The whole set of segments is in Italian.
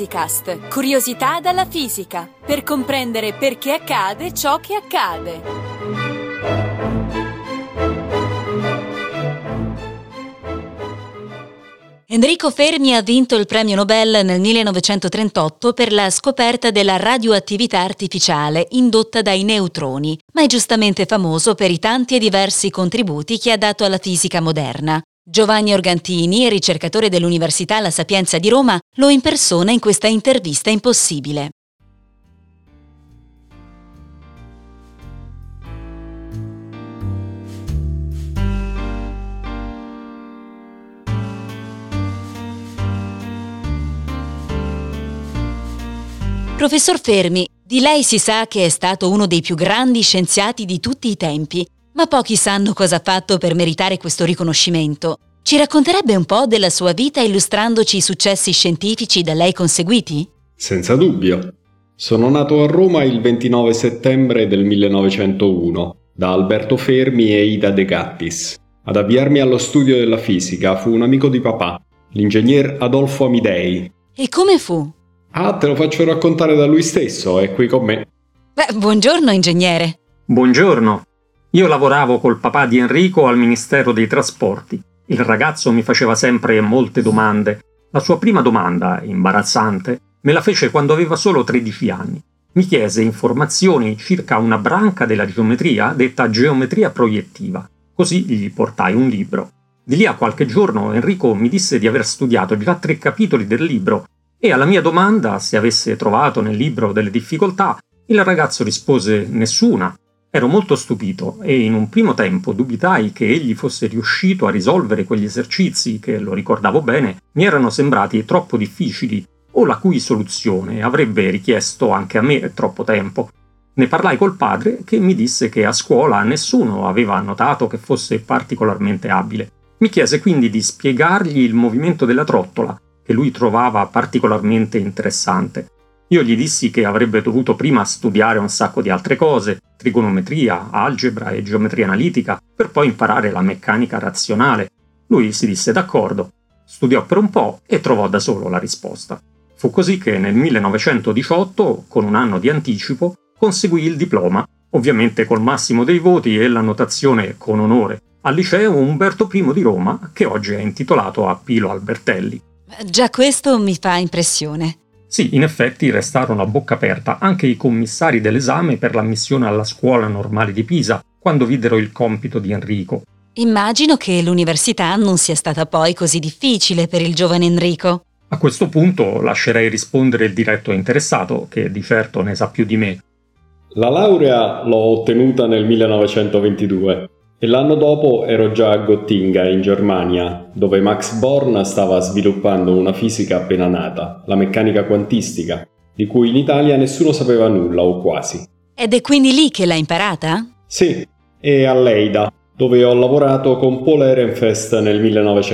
Fisicast, curiosità dalla fisica, per comprendere perché accade ciò che accade. Enrico Fermi ha vinto il premio Nobel nel 1938 per la scoperta della radioattività artificiale indotta dai neutroni, ma è giustamente famoso per i tanti e diversi contributi che ha dato alla fisica moderna. Giovanni Organtini, ricercatore dell'Università La Sapienza di Roma, lo impersona in questa intervista impossibile. Professor Fermi, di lei si sa che è stato uno dei più grandi scienziati di tutti i tempi, ma pochi sanno cosa ha fatto per meritare questo riconoscimento. Ci racconterebbe un po' della sua vita illustrandoci i successi scientifici da lei conseguiti? Senza dubbio. Sono nato a Roma il 29 settembre del 1901 da Alberto Fermi e Ida De Gattis. Ad avviarmi allo studio della fisica fu un amico di papà, l'ingegner Adolfo Amidei. E come fu? Ah, te lo faccio raccontare da lui stesso, è qui con me. Buongiorno, ingegnere. Buongiorno. Io lavoravo col papà di Enrico al Ministero dei Trasporti. Il ragazzo mi faceva sempre molte domande. La sua prima domanda, imbarazzante, me la fece quando aveva solo 13 anni. Mi chiese informazioni circa una branca della geometria detta geometria proiettiva. Così gli portai un libro. Di lì a qualche giorno Enrico mi disse di aver studiato già 3 capitoli del libro e alla mia domanda se avesse trovato nel libro delle difficoltà, il ragazzo rispose nessuna. Ero molto stupito e in un primo tempo dubitai che egli fosse riuscito a risolvere quegli esercizi che, lo ricordavo bene, mi erano sembrati troppo difficili o la cui soluzione avrebbe richiesto anche a me troppo tempo. Ne parlai col padre che mi disse che a scuola nessuno aveva notato che fosse particolarmente abile. Mi chiese quindi di spiegargli il movimento della trottola, che lui trovava particolarmente interessante. Io gli dissi che avrebbe dovuto prima studiare un sacco di altre cose, trigonometria, algebra e geometria analitica, per poi imparare la meccanica razionale. Lui si disse d'accordo, studiò per un po' e trovò da solo la risposta. Fu così che nel 1918, con un anno di anticipo, conseguì il diploma, ovviamente col massimo dei voti e la notazione con onore, al liceo Umberto I di Roma, che oggi è intitolato a Pilo Albertelli. Già questo mi fa impressione. Sì, in effetti restarono a bocca aperta anche i commissari dell'esame per l'ammissione alla scuola normale di Pisa, quando videro il compito di Enrico. Immagino che l'università non sia stata poi così difficile per il giovane Enrico. A questo punto lascerei rispondere il diretto interessato, che di certo ne sa più di me. La laurea l'ho ottenuta nel 1922 e l'anno dopo ero già a Gottinga, in Germania, dove Max Born stava sviluppando una fisica appena nata, la meccanica quantistica, di cui in Italia nessuno sapeva nulla o quasi. Ed è quindi lì che l'ha imparata? Sì, e a Leida, dove ho lavorato con Paul Ehrenfest nel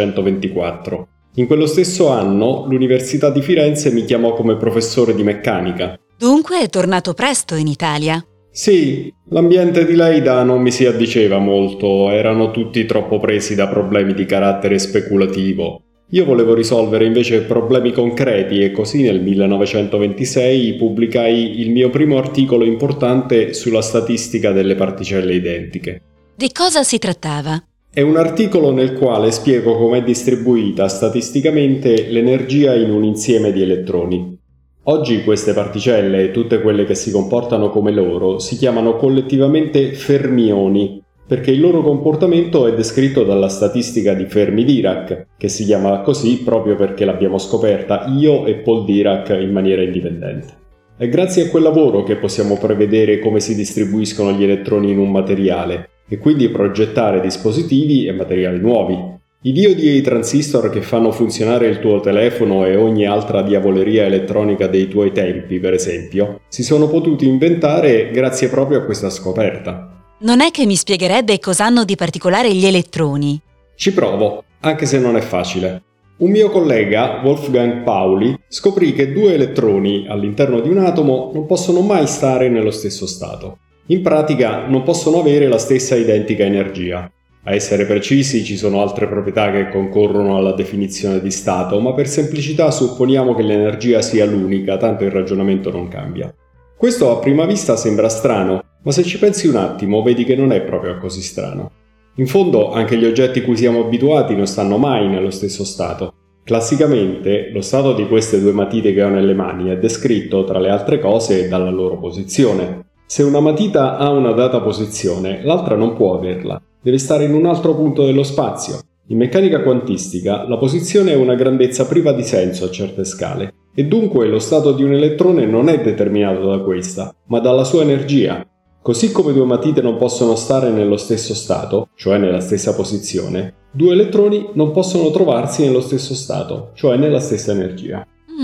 1924. In quello stesso anno l'Università di Firenze mi chiamò come professore di meccanica. Dunque è tornato presto in Italia? Sì, l'ambiente di Leida non mi si addiceva molto, erano tutti troppo presi da problemi di carattere speculativo. Io volevo risolvere invece problemi concreti e così nel 1926 pubblicai il mio primo articolo importante sulla statistica delle particelle identiche. Di cosa si trattava? È un articolo nel quale spiego com'è distribuita statisticamente l'energia in un insieme di elettroni. Oggi queste particelle e tutte quelle che si comportano come loro si chiamano collettivamente fermioni, perché il loro comportamento è descritto dalla statistica di Fermi-Dirac, che si chiama così proprio perché l'abbiamo scoperta io e Paul Dirac in maniera indipendente. È grazie a quel lavoro che possiamo prevedere come si distribuiscono gli elettroni in un materiale e quindi progettare dispositivi e materiali nuovi. I diodi e i transistor che fanno funzionare il tuo telefono e ogni altra diavoleria elettronica dei tuoi tempi, per esempio, si sono potuti inventare grazie proprio a questa scoperta. Non è che mi spiegherebbe cosa hanno di particolare gli elettroni? Ci provo, anche se non è facile. Un mio collega, Wolfgang Pauli, scoprì che 2 elettroni all'interno di un atomo non possono mai stare nello stesso stato. In pratica non possono avere la stessa identica energia. A essere precisi, ci sono altre proprietà che concorrono alla definizione di stato, ma per semplicità supponiamo che l'energia sia l'unica, tanto il ragionamento non cambia. Questo a prima vista sembra strano, ma se ci pensi un attimo vedi che non è proprio così strano. In fondo anche gli oggetti cui siamo abituati non stanno mai nello stesso stato. Classicamente lo stato di queste due matite che ho nelle mani è descritto, tra le altre cose, dalla loro posizione. Se una matita ha una data posizione, l'altra non può averla. Deve stare in un altro punto dello spazio. In meccanica quantistica, la posizione è una grandezza priva di senso a certe scale, e dunque lo stato di un elettrone non è determinato da questa, ma dalla sua energia. Così come due matite non possono stare nello stesso stato, cioè nella stessa posizione, due elettroni non possono trovarsi nello stesso stato, cioè nella stessa energia.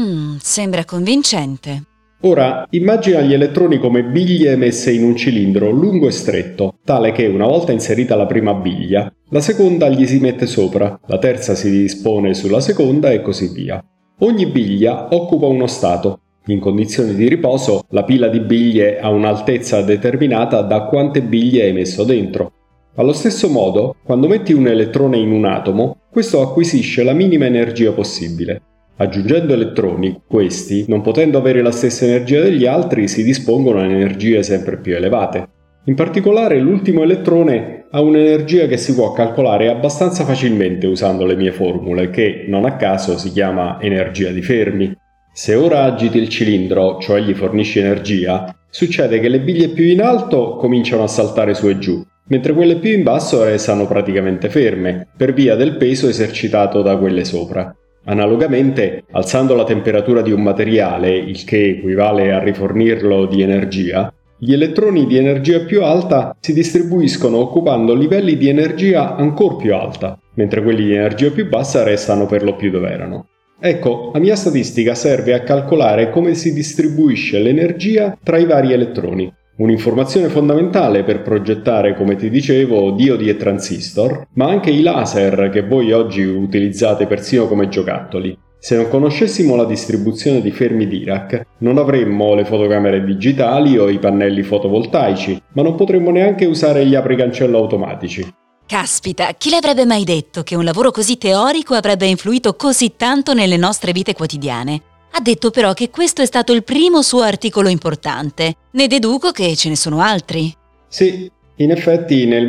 Sembra convincente. Ora, immagina gli elettroni come biglie messe in un cilindro lungo e stretto, tale che una volta inserita la prima biglia, la seconda gli si mette sopra, la terza si dispone sulla seconda e così via. Ogni biglia occupa uno stato. In condizioni di riposo, la pila di biglie ha un'altezza determinata da quante biglie hai messo dentro. Allo stesso modo, quando metti un elettrone in un atomo, questo acquisisce la minima energia possibile. Aggiungendo elettroni, questi, non potendo avere la stessa energia degli altri, si dispongono a energie sempre più elevate. In particolare, l'ultimo elettrone ha un'energia che si può calcolare abbastanza facilmente usando le mie formule, che, non a caso, si chiama energia di Fermi. Se ora agiti il cilindro, cioè gli fornisci energia, succede che le biglie più in alto cominciano a saltare su e giù, mentre quelle più in basso restano praticamente ferme, per via del peso esercitato da quelle sopra. Analogamente, alzando la temperatura di un materiale, il che equivale a rifornirlo di energia, gli elettroni di energia più alta si distribuiscono occupando livelli di energia ancor più alta, mentre quelli di energia più bassa restano per lo più dove erano. Ecco, la mia statistica serve a calcolare come si distribuisce l'energia tra i vari elettroni. Un'informazione fondamentale per progettare, come ti dicevo, diodi e transistor, ma anche i laser che voi oggi utilizzate persino come giocattoli. Se non conoscessimo la distribuzione di Fermi-Dirac, non avremmo le fotocamere digitali o i pannelli fotovoltaici, ma non potremmo neanche usare gli apricancello automatici. Caspita, chi l'avrebbe mai detto che un lavoro così teorico avrebbe influito così tanto nelle nostre vite quotidiane? Ha detto però che questo è stato il primo suo articolo importante. Ne deduco che ce ne sono altri. Sì, in effetti nel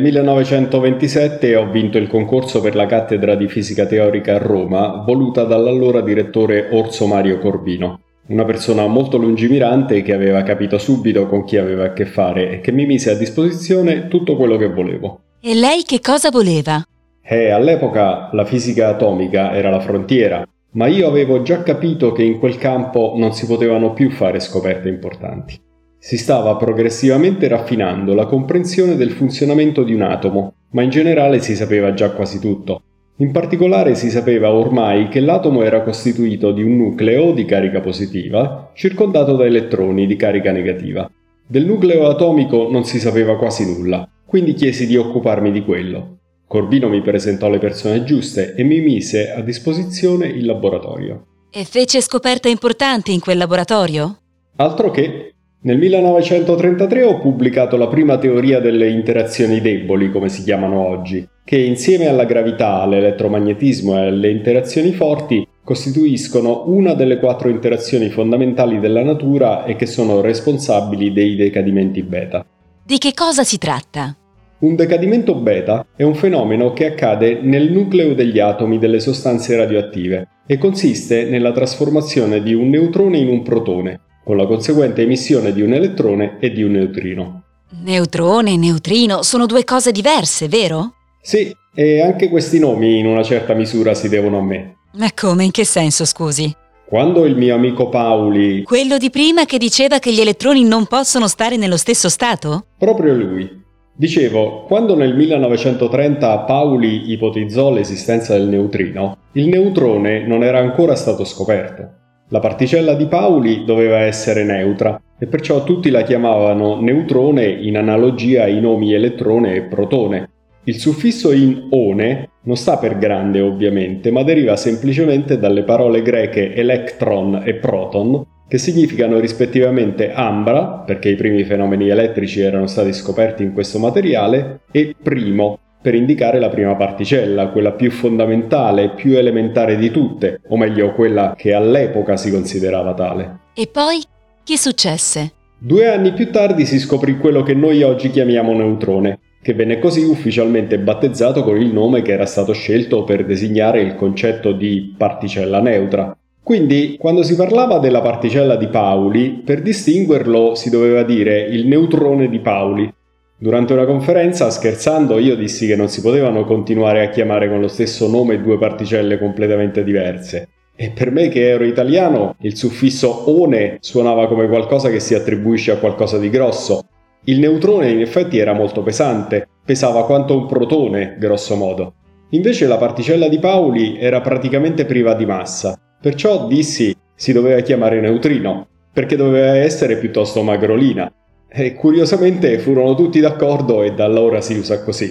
1927 ho vinto il concorso per la cattedra di fisica teorica a Roma, voluta dall'allora direttore Orso Mario Corbino. Una persona molto lungimirante che aveva capito subito con chi aveva a che fare e che mi mise a disposizione tutto quello che volevo. E lei che cosa voleva? All'epoca la fisica atomica era la frontiera, ma io avevo già capito che in quel campo non si potevano più fare scoperte importanti. Si stava progressivamente raffinando la comprensione del funzionamento di un atomo, ma in generale si sapeva già quasi tutto. In particolare si sapeva ormai che l'atomo era costituito di un nucleo di carica positiva, circondato da elettroni di carica negativa. Del nucleo atomico non si sapeva quasi nulla, quindi chiesi di occuparmi di quello. Corbino mi presentò le persone giuste e mi mise a disposizione il laboratorio. E fece scoperte importanti in quel laboratorio? Altro che! Nel 1933 ho pubblicato la prima teoria delle interazioni deboli, come si chiamano oggi, che insieme alla gravità, all'elettromagnetismo e alle interazioni forti costituiscono una delle 4 interazioni fondamentali della natura e che sono responsabili dei decadimenti beta. Di che cosa si tratta? Un decadimento beta è un fenomeno che accade nel nucleo degli atomi delle sostanze radioattive e consiste nella trasformazione di un neutrone in un protone, con la conseguente emissione di un elettrone e di un neutrino. Neutrone e neutrino sono 2 cose diverse, vero? Sì, e anche questi nomi in una certa misura si devono a me. Ma come, in che senso, scusi? Quando il mio amico Pauli... Quello di prima che diceva che gli elettroni non possono stare nello stesso stato? Proprio lui. Dicevo, quando nel 1930 Pauli ipotizzò l'esistenza del neutrino, il neutrone non era ancora stato scoperto. La particella di Pauli doveva essere neutra e perciò tutti la chiamavano neutrone in analogia ai nomi elettrone e protone. Il suffisso in "one" non sta per grande ovviamente, ma deriva semplicemente dalle parole greche electron e proton, che significano rispettivamente ambra, perché i primi fenomeni elettrici erano stati scoperti in questo materiale, e primo, per indicare la prima particella, quella più fondamentale, più elementare di tutte, o meglio quella che all'epoca si considerava tale. E poi che successe? 2 anni più tardi si scoprì quello che noi oggi chiamiamo neutrone, che venne così ufficialmente battezzato con il nome che era stato scelto per designare il concetto di particella neutra. Quindi, quando si parlava della particella di Pauli, per distinguerlo si doveva dire il neutrone di Pauli. Durante una conferenza, scherzando, io dissi che non si potevano continuare a chiamare con lo stesso nome 2 particelle completamente diverse. E per me, che ero italiano, il suffisso "one" suonava come qualcosa che si attribuisce a qualcosa di grosso. Il neutrone in effetti era molto pesante, pesava quanto un protone, grosso modo. Invece la particella di Pauli era praticamente priva di massa, perciò dissi si doveva chiamare neutrino, perché doveva essere piuttosto magrolina. E curiosamente furono tutti d'accordo e da allora si usa così.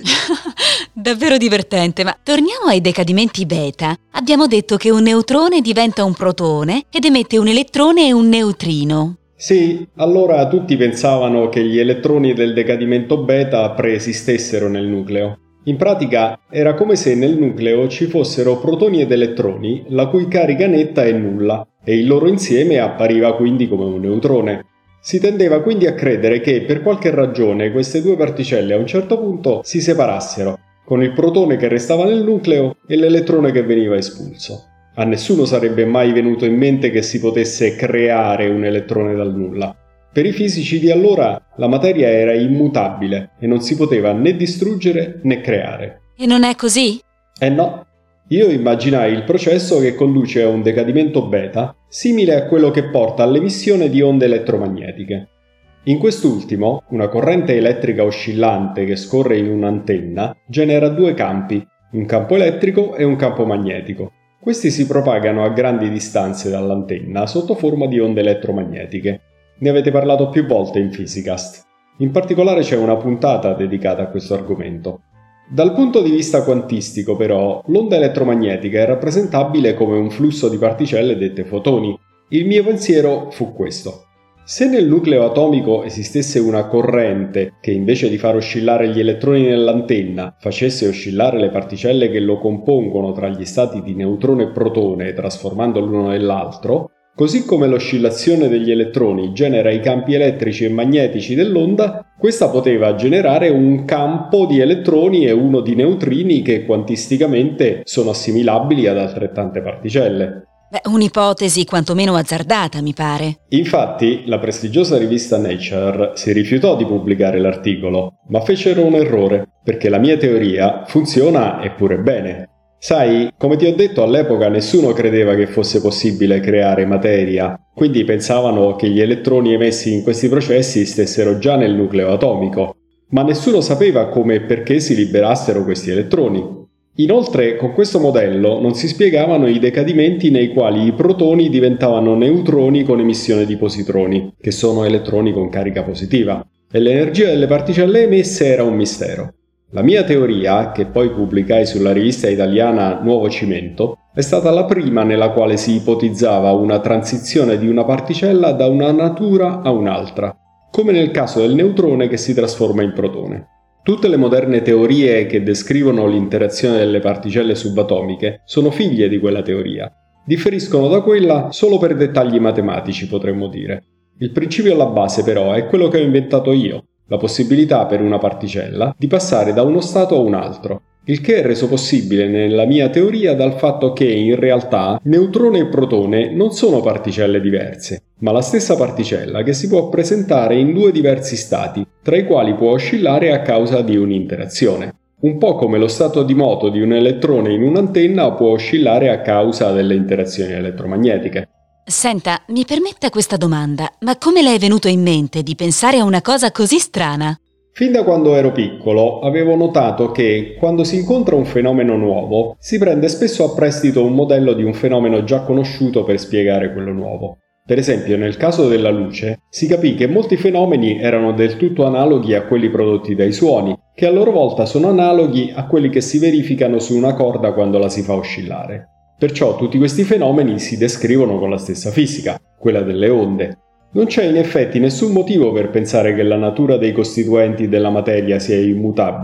Davvero divertente, ma torniamo ai decadimenti beta. Abbiamo detto che un neutrone diventa un protone ed emette un elettrone e un neutrino. Sì, allora tutti pensavano che gli elettroni del decadimento beta preesistessero nel nucleo. In pratica era come se nel nucleo ci fossero protoni ed elettroni la cui carica netta è nulla e il loro insieme appariva quindi come un neutrone. Si tendeva quindi a credere che per qualche ragione queste 2 particelle a un certo punto si separassero, con il protone che restava nel nucleo e l'elettrone che veniva espulso. A nessuno sarebbe mai venuto in mente che si potesse creare un elettrone dal nulla. Per i fisici di allora la materia era immutabile e non si poteva né distruggere né creare. E non è così? No. Io immaginai il processo che conduce a un decadimento beta simile a quello che porta all'emissione di onde elettromagnetiche. In quest'ultimo, una corrente elettrica oscillante che scorre in un'antenna genera 2 campi, un campo elettrico e un campo magnetico. Questi si propagano a grandi distanze dall'antenna sotto forma di onde elettromagnetiche. Ne avete parlato più volte in Physicast. In particolare c'è una puntata dedicata a questo argomento. Dal punto di vista quantistico, però, l'onda elettromagnetica è rappresentabile come un flusso di particelle dette fotoni. Il mio pensiero fu questo. Se nel nucleo atomico esistesse una corrente che invece di far oscillare gli elettroni nell'antenna facesse oscillare le particelle che lo compongono tra gli stati di neutrone e protone trasformando l'uno nell'altro, così come l'oscillazione degli elettroni genera i campi elettrici e magnetici dell'onda, questa poteva generare un campo di elettroni e uno di neutrini che quantisticamente sono assimilabili ad altrettante particelle. Un'ipotesi quantomeno azzardata, mi pare. Infatti, la prestigiosa rivista Nature si rifiutò di pubblicare l'articolo, ma fecero un errore, perché la mia teoria funziona eppure bene. Sai, come ti ho detto, all'epoca nessuno credeva che fosse possibile creare materia, quindi pensavano che gli elettroni emessi in questi processi stessero già nel nucleo atomico, ma nessuno sapeva come e perché si liberassero questi elettroni. Inoltre, con questo modello non si spiegavano i decadimenti nei quali i protoni diventavano neutroni con emissione di positroni, che sono elettroni con carica positiva, e l'energia delle particelle emesse era un mistero. La mia teoria, che poi pubblicai sulla rivista italiana Nuovo Cimento, è stata la prima nella quale si ipotizzava una transizione di una particella da una natura a un'altra, come nel caso del neutrone che si trasforma in protone. Tutte le moderne teorie che descrivono l'interazione delle particelle subatomiche sono figlie di quella teoria. Differiscono da quella solo per dettagli matematici, potremmo dire. Il principio alla base, però, è quello che ho inventato io, la possibilità per una particella di passare da uno stato a un altro, il che è reso possibile nella mia teoria dal fatto che in realtà neutrone e protone non sono particelle diverse, ma la stessa particella che si può presentare in 2 diversi stati, tra i quali può oscillare a causa di un'interazione. Un po' come lo stato di moto di un elettrone in un'antenna può oscillare a causa delle interazioni elettromagnetiche. Senta, mi permetta questa domanda, ma come le è venuto in mente di pensare a una cosa così strana? Fin da quando ero piccolo avevo notato che, quando si incontra un fenomeno nuovo, si prende spesso a prestito un modello di un fenomeno già conosciuto per spiegare quello nuovo. Per esempio, nel caso della luce, si capì che molti fenomeni erano del tutto analoghi a quelli prodotti dai suoni, che a loro volta sono analoghi a quelli che si verificano su una corda quando la si fa oscillare. Perciò tutti questi fenomeni si descrivono con la stessa fisica, quella delle onde. Non c'è in effetti nessun motivo per pensare che la natura dei costituenti della materia sia immutabile,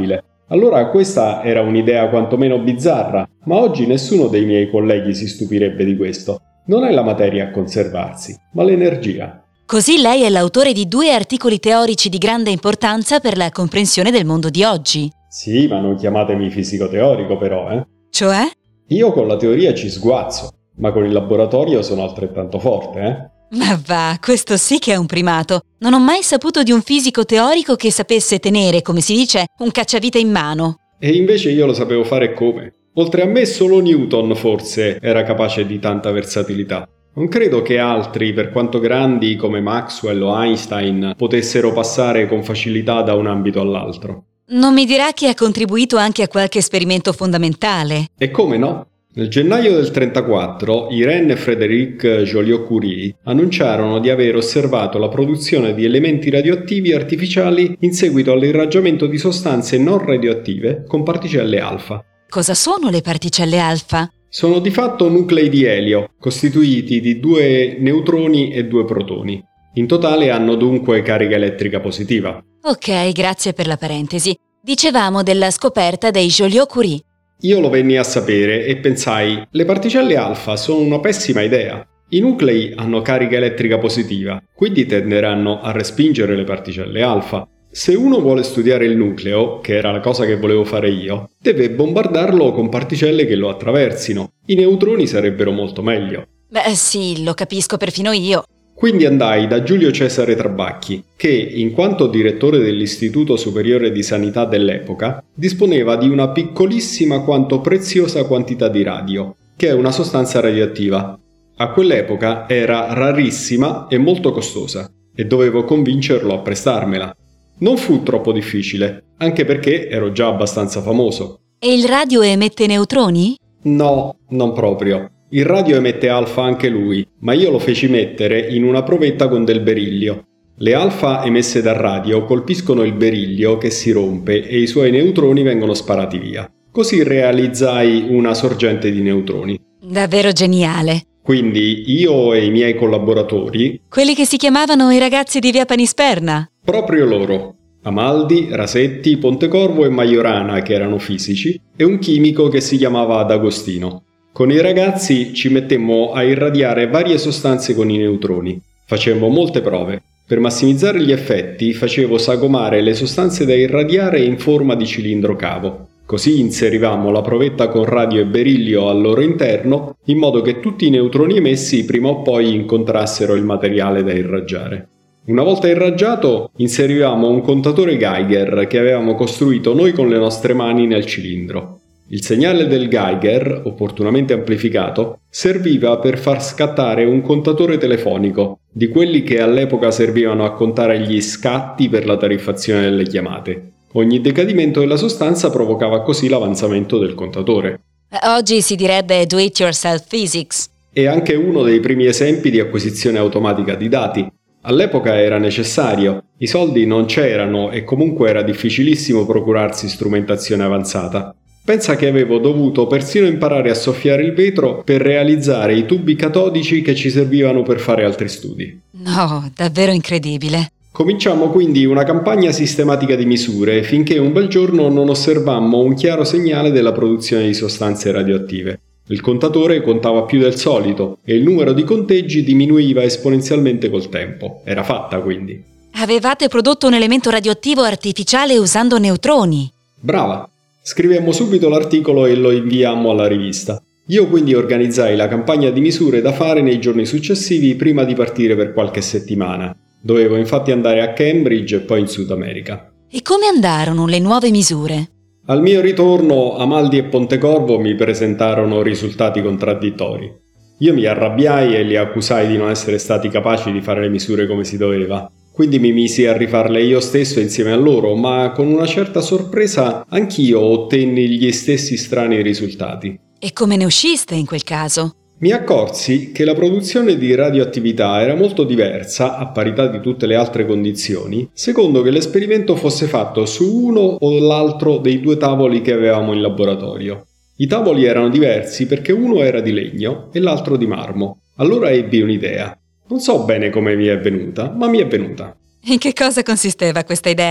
Allora questa era un'idea quantomeno bizzarra, ma oggi nessuno dei miei colleghi si stupirebbe di questo. Non è la materia a conservarsi, ma l'energia. Così lei è l'autore di 2 articoli teorici di grande importanza per la comprensione del mondo di oggi. Sì, ma non chiamatemi fisico teorico però, Cioè? Io con la teoria ci sguazzo, ma con il laboratorio sono altrettanto forte, Ma va, questo sì che è un primato. Non ho mai saputo di un fisico teorico che sapesse tenere, come si dice, un cacciavite in mano. E invece io lo sapevo fare come. Oltre a me solo Newton forse era capace di tanta versatilità. Non credo che altri, per quanto grandi come Maxwell o Einstein, potessero passare con facilità da un ambito all'altro. Non mi dirà che ha contribuito anche a qualche esperimento fondamentale. E come no? Nel gennaio del 1934, Irène e Frédéric Joliot-Curie annunciarono di aver osservato la produzione di elementi radioattivi artificiali in seguito all'irraggiamento di sostanze non radioattive con particelle alfa. Cosa sono le particelle alfa? Sono di fatto nuclei di elio, costituiti di 2 neutroni e 2 protoni. In totale hanno dunque carica elettrica positiva. Ok, grazie per la parentesi. Dicevamo della scoperta dei Joliot-Curie. Io lo venni a sapere e pensai, le particelle alfa sono una pessima idea. I nuclei hanno carica elettrica positiva, quindi tenderanno a respingere le particelle alfa. Se uno vuole studiare il nucleo, che era la cosa che volevo fare io, deve bombardarlo con particelle che lo attraversino. I neutroni sarebbero molto meglio. Beh sì, lo capisco perfino io. Quindi andai da Giulio Cesare Trabacchi, che, in quanto direttore dell'Istituto Superiore di Sanità dell'epoca, disponeva di una piccolissima quanto preziosa quantità di radio, che è una sostanza radioattiva. A quell'epoca era rarissima e molto costosa, e dovevo convincerlo a prestarmela. Non fu troppo difficile, anche perché ero già abbastanza famoso. E il radio emette neutroni? No, non proprio. Il radio emette alfa anche lui, ma io lo feci mettere in una provetta con del berillio. Le alfa emesse dal radio colpiscono il berillio che si rompe e i suoi neutroni vengono sparati via. Così realizzai una sorgente di neutroni. Davvero geniale. Quindi io e i miei collaboratori... Quelli che si chiamavano i ragazzi di via Panisperna? Proprio loro. Amaldi, Rasetti, Pontecorvo e Majorana, che erano fisici, e un chimico che si chiamava D'Agostino. Con i ragazzi ci mettemmo a irradiare varie sostanze con i neutroni. Facemmo molte prove. Per massimizzare gli effetti facevo sagomare le sostanze da irradiare in forma di cilindro cavo. Così inserivamo la provetta con radio e berillio al loro interno, in modo che tutti i neutroni emessi prima o poi incontrassero il materiale da irraggiare. Una volta irraggiato, inserivamo un contatore Geiger che avevamo costruito noi con le nostre mani nel cilindro. Il segnale del Geiger, opportunamente amplificato, serviva per far scattare un contatore telefonico, di quelli che all'epoca servivano a contare gli scatti per la tariffazione delle chiamate. Ogni decadimento della sostanza provocava così l'avanzamento del contatore. Oggi si direbbe do-it-yourself physics. È anche uno dei primi esempi di acquisizione automatica di dati. All'epoca era necessario, i soldi non c'erano e comunque era difficilissimo procurarsi strumentazione avanzata. Pensa che avevo dovuto persino imparare a soffiare il vetro per realizzare i tubi catodici che ci servivano per fare altri studi. No, davvero incredibile. Cominciammo quindi una campagna sistematica di misure finché un bel giorno non osservammo un chiaro segnale della produzione di sostanze radioattive. Il contatore contava più del solito e il numero di conteggi diminuiva esponenzialmente col tempo. Era fatta quindi. Avevate prodotto un elemento radioattivo artificiale usando neutroni. Brava! Scrivemmo subito l'articolo e lo inviammo alla rivista. Io quindi organizzai la campagna di misure da fare nei giorni successivi prima di partire per qualche settimana. Dovevo infatti andare a Cambridge e poi in Sud America. E come andarono le nuove misure? Al mio ritorno, Amaldi e Pontecorvo mi presentarono risultati contraddittori. Io mi arrabbiai e li accusai di non essere stati capaci di fare le misure come si doveva. Quindi mi misi a rifarle io stesso insieme a loro, ma con una certa sorpresa anch'io ottenni gli stessi strani risultati. E come ne usciste in quel caso? Mi accorsi che la produzione di radioattività era molto diversa, a parità di tutte le altre condizioni, secondo che l'esperimento fosse fatto su uno o l'altro dei 2 tavoli che avevamo in laboratorio. I tavoli erano diversi perché uno era di legno e l'altro di marmo. Allora ebbi un'idea. Non so bene come mi è venuta, ma mi è venuta. In che cosa consisteva questa idea?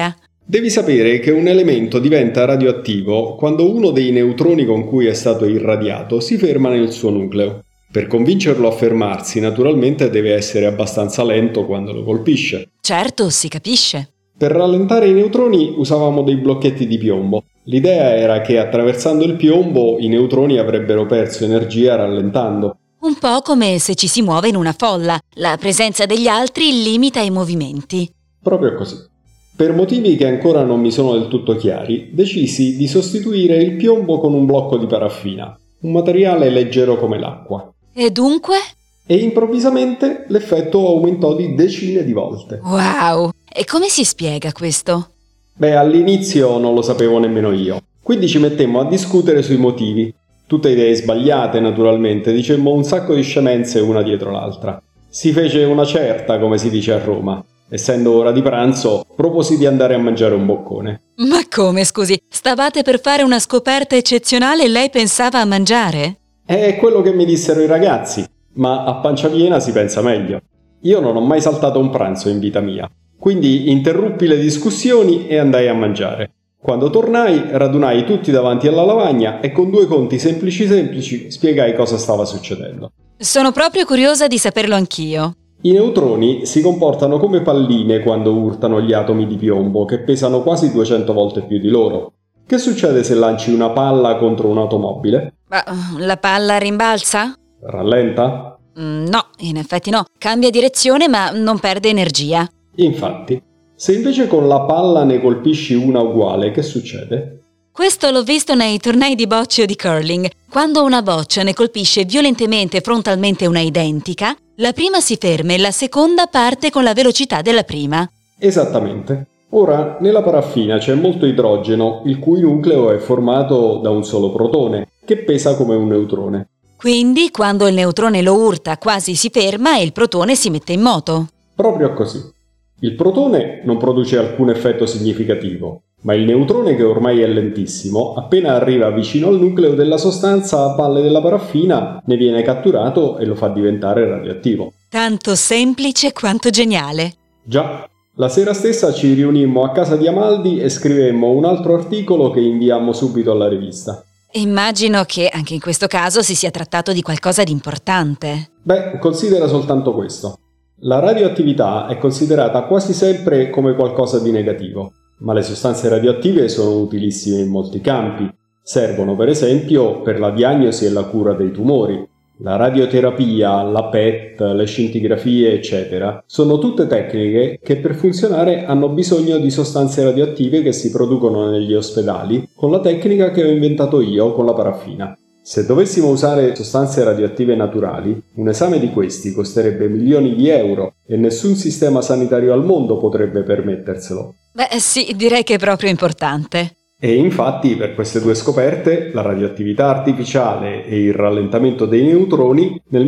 Devi sapere che un elemento diventa radioattivo quando uno dei neutroni con cui è stato irradiato si ferma nel suo nucleo. Per convincerlo a fermarsi, naturalmente deve essere abbastanza lento quando lo colpisce. Certo, si capisce. Per rallentare i neutroni usavamo dei blocchetti di piombo. L'idea era che attraversando il piombo i neutroni avrebbero perso energia rallentando. Un po' come se ci si muove in una folla. La presenza degli altri limita i movimenti. Proprio così. Per motivi che ancora non mi sono del tutto chiari, decisi di sostituire il piombo con un blocco di paraffina, un materiale leggero come l'acqua. E dunque? E improvvisamente l'effetto aumentò di decine di volte. Wow! E come si spiega questo? Beh, all'inizio non lo sapevo nemmeno io. Quindi ci mettemmo a discutere sui motivi. Tutte idee sbagliate, naturalmente, dicemmo un sacco di scemenze una dietro l'altra. Si fece una certa, come si dice a Roma. Essendo ora di pranzo, proposi di andare a mangiare un boccone. Ma come, scusi? Stavate per fare una scoperta eccezionale e lei pensava a mangiare? È quello che mi dissero i ragazzi, ma a pancia piena si pensa meglio. Io non ho mai saltato un pranzo in vita mia, quindi interruppi le discussioni e andai a mangiare. Quando tornai, radunai tutti davanti alla lavagna e con 2 conti semplici spiegai cosa stava succedendo. Sono proprio curiosa di saperlo anch'io. I neutroni si comportano come palline quando urtano gli atomi di piombo, che pesano quasi 200 volte più di loro. Che succede se lanci una palla contro un'automobile? Ma la palla rimbalza? Rallenta? No, in effetti no. Cambia direzione ma non perde energia. Infatti, se invece con la palla ne colpisci una uguale, che succede? Questo l'ho visto nei tornei di bocce o di curling. Quando una boccia ne colpisce violentemente frontalmente una identica, la prima si ferma e la seconda parte con la velocità della prima. Esattamente. Ora, nella paraffina c'è molto idrogeno, il cui nucleo è formato da un solo protone, che pesa come un neutrone. Quindi, quando il neutrone lo urta, quasi si ferma e il protone si mette in moto. Proprio così. Il protone non produce alcun effetto significativo, ma il neutrone, che ormai è lentissimo, appena arriva vicino al nucleo della sostanza a valle della paraffina, ne viene catturato e lo fa diventare radioattivo. Tanto semplice quanto geniale. Già, la sera stessa ci riunimmo a casa di Amaldi e scrivemmo un altro articolo che inviammo subito alla rivista. Immagino che anche in questo caso si sia trattato di qualcosa di importante. Beh, considera soltanto questo. La radioattività è considerata quasi sempre come qualcosa di negativo, ma le sostanze radioattive sono utilissime in molti campi. Servono per esempio per la diagnosi e la cura dei tumori. La radioterapia, la PET, le scintigrafie, eccetera, sono tutte tecniche che per funzionare hanno bisogno di sostanze radioattive che si producono negli ospedali con la tecnica che ho inventato io con la paraffina. Se dovessimo usare sostanze radioattive naturali, un esame di questi costerebbe milioni di euro e nessun sistema sanitario al mondo potrebbe permetterselo. Beh sì, direi che è proprio importante. E infatti per queste 2 scoperte, la radioattività artificiale e il rallentamento dei neutroni, nel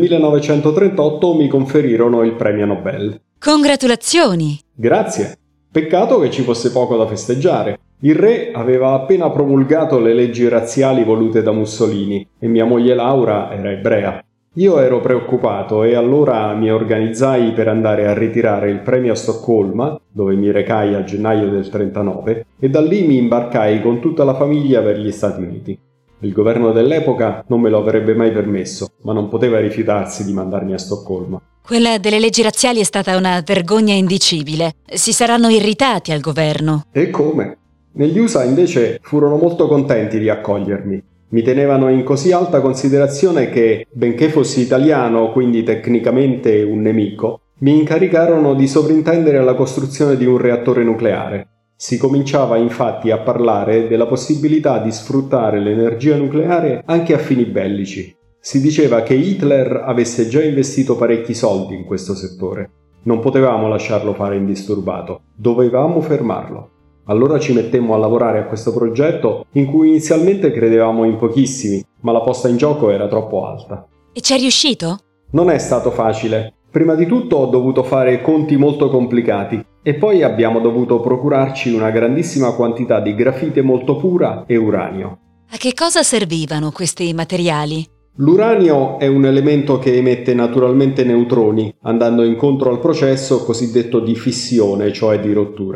1938 mi conferirono il premio Nobel. Congratulazioni! Grazie! Peccato che ci fosse poco da festeggiare. Il re aveva appena promulgato le leggi razziali volute da Mussolini e mia moglie Laura era ebrea. Io ero preoccupato e allora mi organizzai per andare a ritirare il premio a Stoccolma, dove mi recai a gennaio del 39, e da lì mi imbarcai con tutta la famiglia per gli Stati Uniti. Il governo dell'epoca non me lo avrebbe mai permesso, ma non poteva rifiutarsi di mandarmi a Stoccolma. Quella delle leggi razziali è stata una vergogna indicibile. Si saranno irritati al governo. E come? Negli USA invece furono molto contenti di accogliermi. Mi tenevano in così alta considerazione che, benché fossi italiano, quindi tecnicamente un nemico, mi incaricarono di sovrintendere alla costruzione di un reattore nucleare. Si cominciava infatti a parlare della possibilità di sfruttare l'energia nucleare anche a fini bellici. Si diceva che Hitler avesse già investito parecchi soldi in questo settore. Non potevamo lasciarlo fare indisturbato, dovevamo fermarlo. Allora ci mettemmo a lavorare a questo progetto in cui inizialmente credevamo in pochissimi, ma la posta in gioco era troppo alta. E ci è riuscito? Non è stato facile. Prima di tutto ho dovuto fare conti molto complicati e poi abbiamo dovuto procurarci una grandissima quantità di grafite molto pura e uranio. A che cosa servivano questi materiali? L'uranio è un elemento che emette naturalmente neutroni, andando incontro al processo cosiddetto di fissione, cioè di rottura.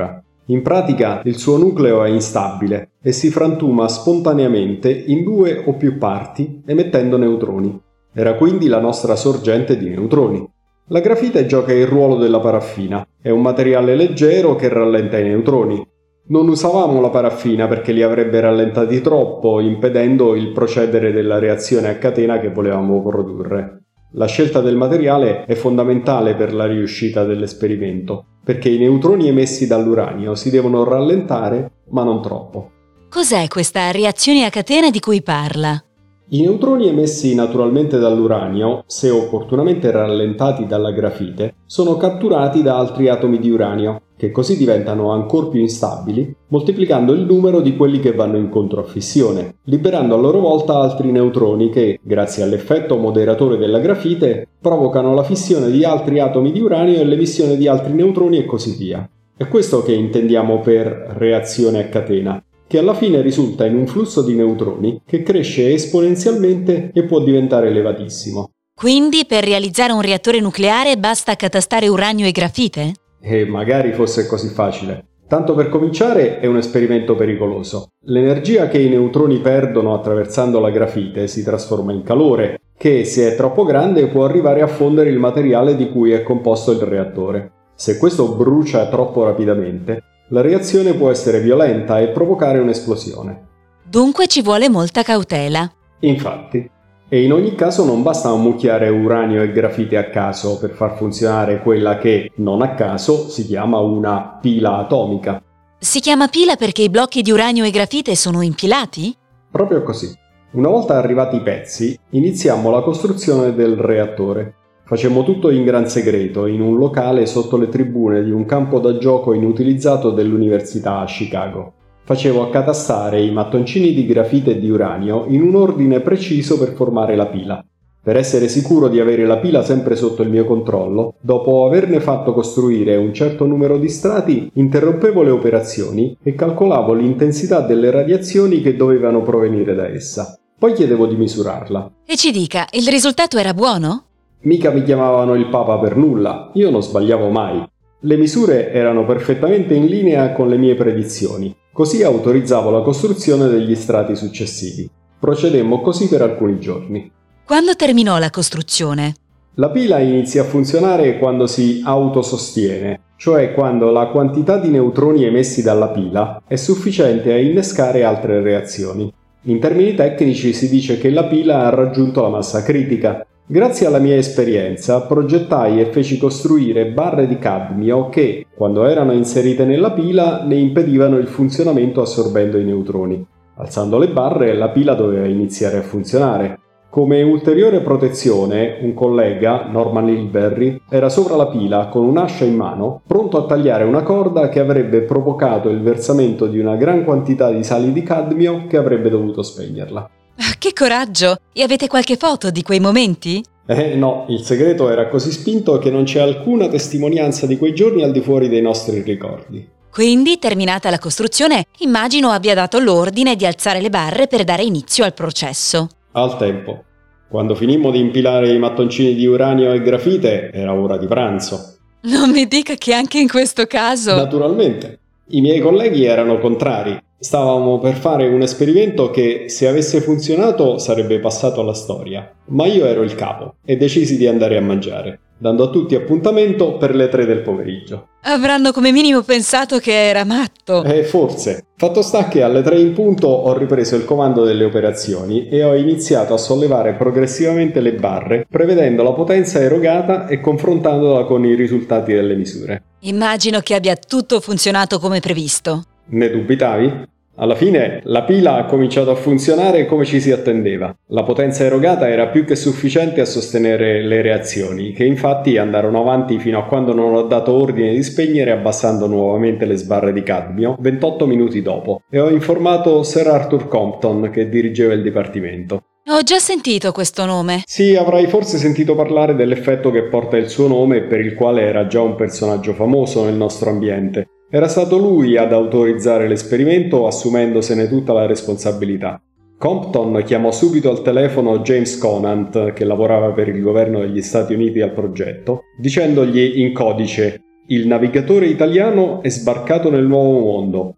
In pratica il suo nucleo è instabile e si frantuma spontaneamente in 2 o più parti emettendo neutroni. Era quindi la nostra sorgente di neutroni. La grafite gioca il ruolo della paraffina, è un materiale leggero che rallenta i neutroni. Non usavamo la paraffina perché li avrebbe rallentati troppo, impedendo il procedere della reazione a catena che volevamo produrre. La scelta del materiale è fondamentale per la riuscita dell'esperimento, perché i neutroni emessi dall'uranio si devono rallentare, ma non troppo. Cos'è questa reazione a catena di cui parla? I neutroni emessi naturalmente dall'uranio, se opportunamente rallentati dalla grafite, sono catturati da altri atomi di uranio, che così diventano ancor più instabili, moltiplicando il numero di quelli che vanno incontro a fissione, liberando a loro volta altri neutroni che, grazie all'effetto moderatore della grafite, provocano la fissione di altri atomi di uranio e l'emissione di altri neutroni e così via. È questo che intendiamo per reazione a catena, che alla fine risulta in un flusso di neutroni che cresce esponenzialmente e può diventare elevatissimo. Quindi per realizzare un reattore nucleare basta accatastare uranio e grafite? E magari fosse così facile. Tanto per cominciare è un esperimento pericoloso. L'energia che i neutroni perdono attraversando la grafite si trasforma in calore, che se è troppo grande può arrivare a fondere il materiale di cui è composto il reattore. Se questo brucia troppo rapidamente, la reazione può essere violenta e provocare un'esplosione. Dunque ci vuole molta cautela. Infatti. E in ogni caso non basta ammucchiare uranio e grafite a caso per far funzionare quella che, non a caso, si chiama una pila atomica. Si chiama pila perché i blocchi di uranio e grafite sono impilati? Proprio così. Una volta arrivati i pezzi, iniziammo la costruzione del reattore. Facemmo tutto in gran segreto, in un locale sotto le tribune di un campo da gioco inutilizzato dell'università a Chicago. Facevo accatastare i mattoncini di grafite e di uranio in un ordine preciso per formare la pila. Per essere sicuro di avere la pila sempre sotto il mio controllo, dopo averne fatto costruire un certo numero di strati, interrompevo le operazioni e calcolavo l'intensità delle radiazioni che dovevano provenire da essa. Poi chiedevo di misurarla. E ci dica, il risultato era buono? Mica mi chiamavano il Papa per nulla, io non sbagliavo mai. Le misure erano perfettamente in linea con le mie predizioni, così autorizzavo la costruzione degli strati successivi. Procedemmo così per alcuni giorni. Quando terminò la costruzione? La pila inizia a funzionare quando si autosostiene, cioè quando la quantità di neutroni emessi dalla pila è sufficiente a innescare altre reazioni. In termini tecnici si dice che la pila ha raggiunto la massa critica. Grazie alla mia esperienza, progettai e feci costruire barre di cadmio che, quando erano inserite nella pila, ne impedivano il funzionamento assorbendo i neutroni. Alzando le barre, la pila doveva iniziare a funzionare. Come ulteriore protezione, un collega, Norman Hilberry, era sopra la pila con un'ascia in mano, pronto a tagliare una corda che avrebbe provocato il versamento di una gran quantità di sali di cadmio che avrebbe dovuto spegnerla. Che coraggio! E avete qualche foto di quei momenti? No, il segreto era così spinto che non c'è alcuna testimonianza di quei giorni al di fuori dei nostri ricordi. Quindi, terminata la costruzione, immagino abbia dato l'ordine di alzare le barre per dare inizio al processo. Al tempo. Quando finimmo di impilare i mattoncini di uranio e grafite, era ora di pranzo. Non mi dica che anche in questo caso... Naturalmente. I miei colleghi erano contrari. Stavamo per fare un esperimento che, se avesse funzionato, sarebbe passato alla storia. Ma io ero il capo e decisi di andare a mangiare, dando a tutti appuntamento per le 3 del pomeriggio. Avranno come minimo pensato che era matto. Forse. Fatto sta che alle 3 in punto ho ripreso il comando delle operazioni e ho iniziato a sollevare progressivamente le barre, prevedendo la potenza erogata e confrontandola con i risultati delle misure. Immagino che abbia tutto funzionato come previsto. Ne dubitavi? Alla fine la pila ha cominciato a funzionare come ci si attendeva. La potenza erogata era più che sufficiente a sostenere le reazioni, che infatti andarono avanti fino a quando non ho dato ordine di spegnere abbassando nuovamente le sbarre di cadmio 28 minuti dopo, e ho informato Sir Arthur Compton che dirigeva il dipartimento. Ho già sentito questo nome. Sì, avrai forse sentito parlare dell'effetto che porta il suo nome e per il quale era già un personaggio famoso nel nostro ambiente. Era stato lui ad autorizzare l'esperimento assumendosene tutta la responsabilità. Compton chiamò subito al telefono James Conant, che lavorava per il governo degli Stati Uniti al progetto, dicendogli in codice: Il navigatore italiano è sbarcato nel Nuovo Mondo.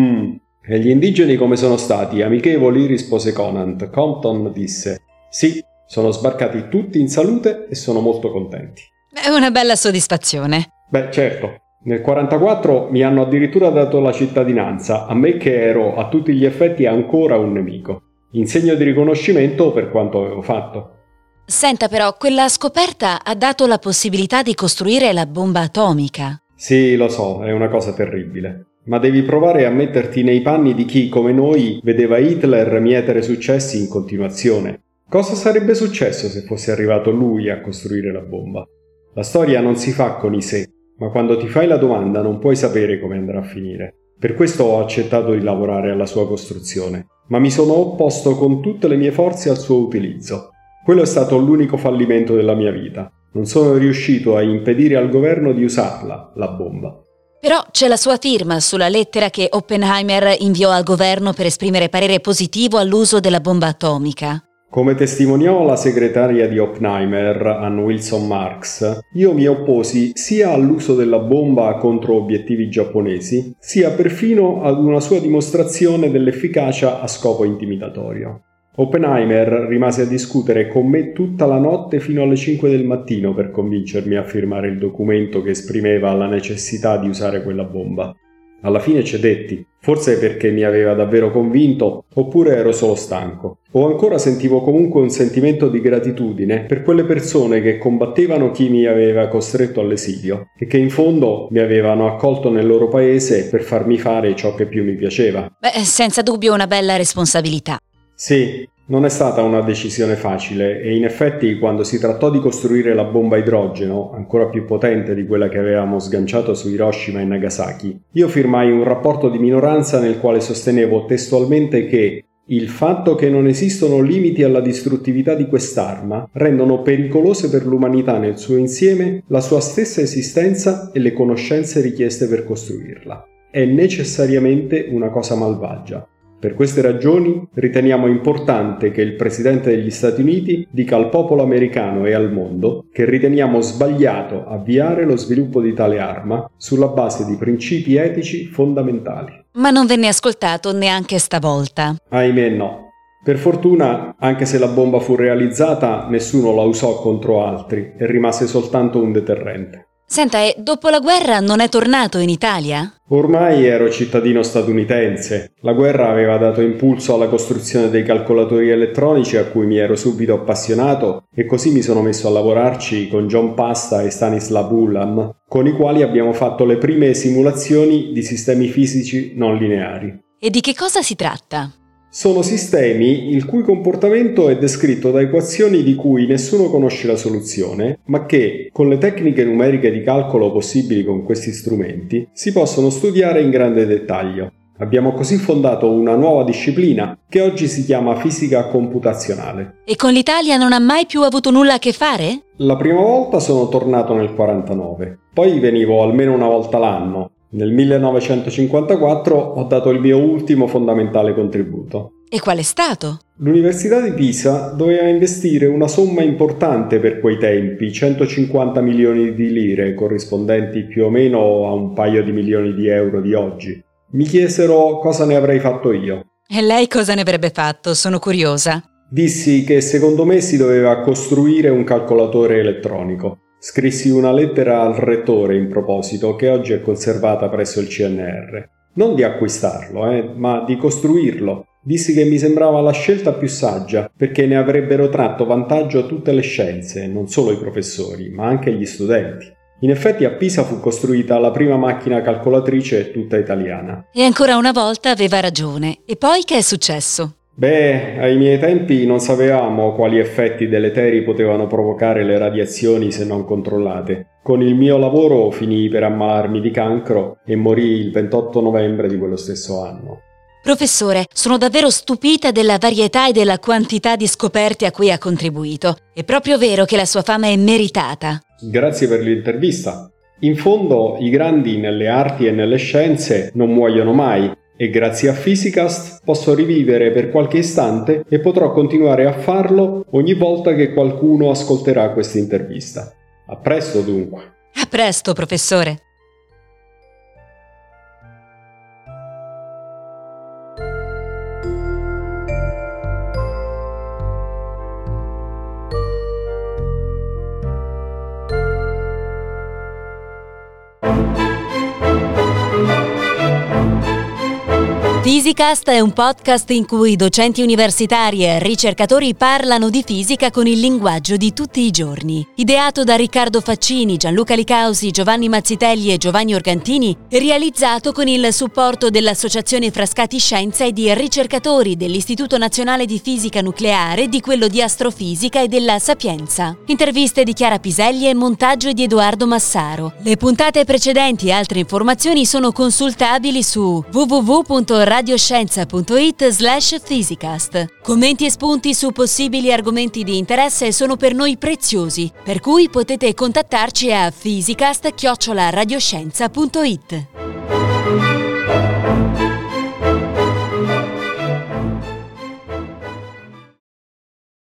E gli indigeni come sono stati? Amichevoli? Rispose Conant. Compton disse: sì, sono sbarcati tutti in salute e sono molto contenti. È una bella soddisfazione. Beh, certo. Nel 1944 mi hanno addirittura dato la cittadinanza, a me che ero a tutti gli effetti ancora un nemico, in segno di riconoscimento per quanto avevo fatto. Senta però, quella scoperta ha dato la possibilità di costruire la bomba atomica. Sì, lo so, è una cosa terribile. Ma devi provare a metterti nei panni di chi, come noi, vedeva Hitler mietere successi in continuazione. Cosa sarebbe successo se fosse arrivato lui a costruire la bomba? La storia non si fa con i se, ma quando ti fai la domanda non puoi sapere come andrà a finire. Per questo ho accettato di lavorare alla sua costruzione, ma mi sono opposto con tutte le mie forze al suo utilizzo. Quello è stato l'unico fallimento della mia vita. Non sono riuscito a impedire al governo di usarla, la bomba. Però c'è la sua firma sulla lettera che Oppenheimer inviò al governo per esprimere parere positivo all'uso della bomba atomica. Come testimoniò la segretaria di Oppenheimer, Ann Wilson Marks, io mi opposi sia all'uso della bomba contro obiettivi giapponesi, sia perfino ad una sua dimostrazione dell'efficacia a scopo intimidatorio. Oppenheimer rimase a discutere con me tutta la notte fino alle 5 del mattino per convincermi a firmare il documento che esprimeva la necessità di usare quella bomba. Alla fine cedetti, forse perché mi aveva davvero convinto, oppure ero solo stanco. O ancora sentivo comunque un sentimento di gratitudine per quelle persone che combattevano chi mi aveva costretto all'esilio e che in fondo mi avevano accolto nel loro paese per farmi fare ciò che più mi piaceva. Beh, senza dubbio una bella responsabilità. Sì, non è stata una decisione facile e in effetti quando si trattò di costruire la bomba a idrogeno, ancora più potente di quella che avevamo sganciato su Hiroshima e Nagasaki, io firmai un rapporto di minoranza nel quale sostenevo testualmente che il fatto che non esistono limiti alla distruttività di quest'arma rendono pericolose per l'umanità nel suo insieme la sua stessa esistenza e le conoscenze richieste per costruirla. È necessariamente una cosa malvagia. Per queste ragioni riteniamo importante che il Presidente degli Stati Uniti dica al popolo americano e al mondo che riteniamo sbagliato avviare lo sviluppo di tale arma sulla base di principi etici fondamentali. Ma non venne ascoltato neanche stavolta. Ahimè no. Per fortuna, anche se la bomba fu realizzata, nessuno la usò contro altri e rimase soltanto un deterrente. Senta, e dopo la guerra non è tornato in Italia? Ormai ero cittadino statunitense. La guerra aveva dato impulso alla costruzione dei calcolatori elettronici a cui mi ero subito appassionato e così mi sono messo a lavorarci con John Pasta e Stanislav Ulam, con i quali abbiamo fatto le prime simulazioni di sistemi fisici non lineari. E di che cosa si tratta? Sono sistemi il cui comportamento è descritto da equazioni di cui nessuno conosce la soluzione, ma che, con le tecniche numeriche di calcolo possibili con questi strumenti, si possono studiare in grande dettaglio. Abbiamo così fondato una nuova disciplina che oggi si chiama fisica computazionale. E con l'Italia non ha mai più avuto nulla a che fare? La prima volta sono tornato nel 1949, poi venivo almeno una volta l'anno. Nel 1954 ho dato il mio ultimo fondamentale contributo. E qual è stato? L'Università di Pisa doveva investire una somma importante per quei tempi, 150 milioni di lire, corrispondenti più o meno a un paio di milioni di euro di oggi. Mi chiesero cosa ne avrei fatto io. E lei cosa ne avrebbe fatto? Sono curiosa. Dissi che secondo me si doveva costruire un calcolatore elettronico. Scrissi una lettera al rettore in proposito che oggi è conservata presso il CNR. Non di acquistarlo, ma di costruirlo. Dissi che mi sembrava la scelta più saggia perché ne avrebbero tratto vantaggio tutte le scienze, non solo i professori, ma anche gli studenti. In effetti a Pisa fu costruita la prima macchina calcolatrice tutta italiana. E ancora una volta aveva ragione. E poi che è successo? Beh, ai miei tempi non sapevamo quali effetti deleteri potevano provocare le radiazioni se non controllate. Con il mio lavoro finii per ammalarmi di cancro e morì il 28 novembre di quello stesso anno. Professore, sono davvero stupita della varietà e della quantità di scoperte a cui ha contribuito. È proprio vero che la sua fama è meritata. Grazie per l'intervista. In fondo, i grandi nelle arti e nelle scienze non muoiono mai. E grazie a Physicast posso rivivere per qualche istante e potrò continuare a farlo ogni volta che qualcuno ascolterà questa intervista. A presto dunque. A presto, professore. Physicast è un podcast in cui docenti universitari e ricercatori parlano di fisica con il linguaggio di tutti i giorni. Ideato da Riccardo Faccini, Gianluca Licausi, Giovanni Mazzitelli e Giovanni Organtini, e realizzato con il supporto dell'Associazione Frascati Scienza e di ricercatori dell'Istituto Nazionale di Fisica Nucleare, di quello di Astrofisica e della Sapienza. Interviste di Chiara Piselli e montaggio di Edoardo Massaro. Le puntate precedenti e altre informazioni sono consultabili su www.radioscienza.it/Physicast. Commenti e spunti su possibili argomenti di interesse sono per noi preziosi, per cui potete contattarci a physicast@radioscienza.it.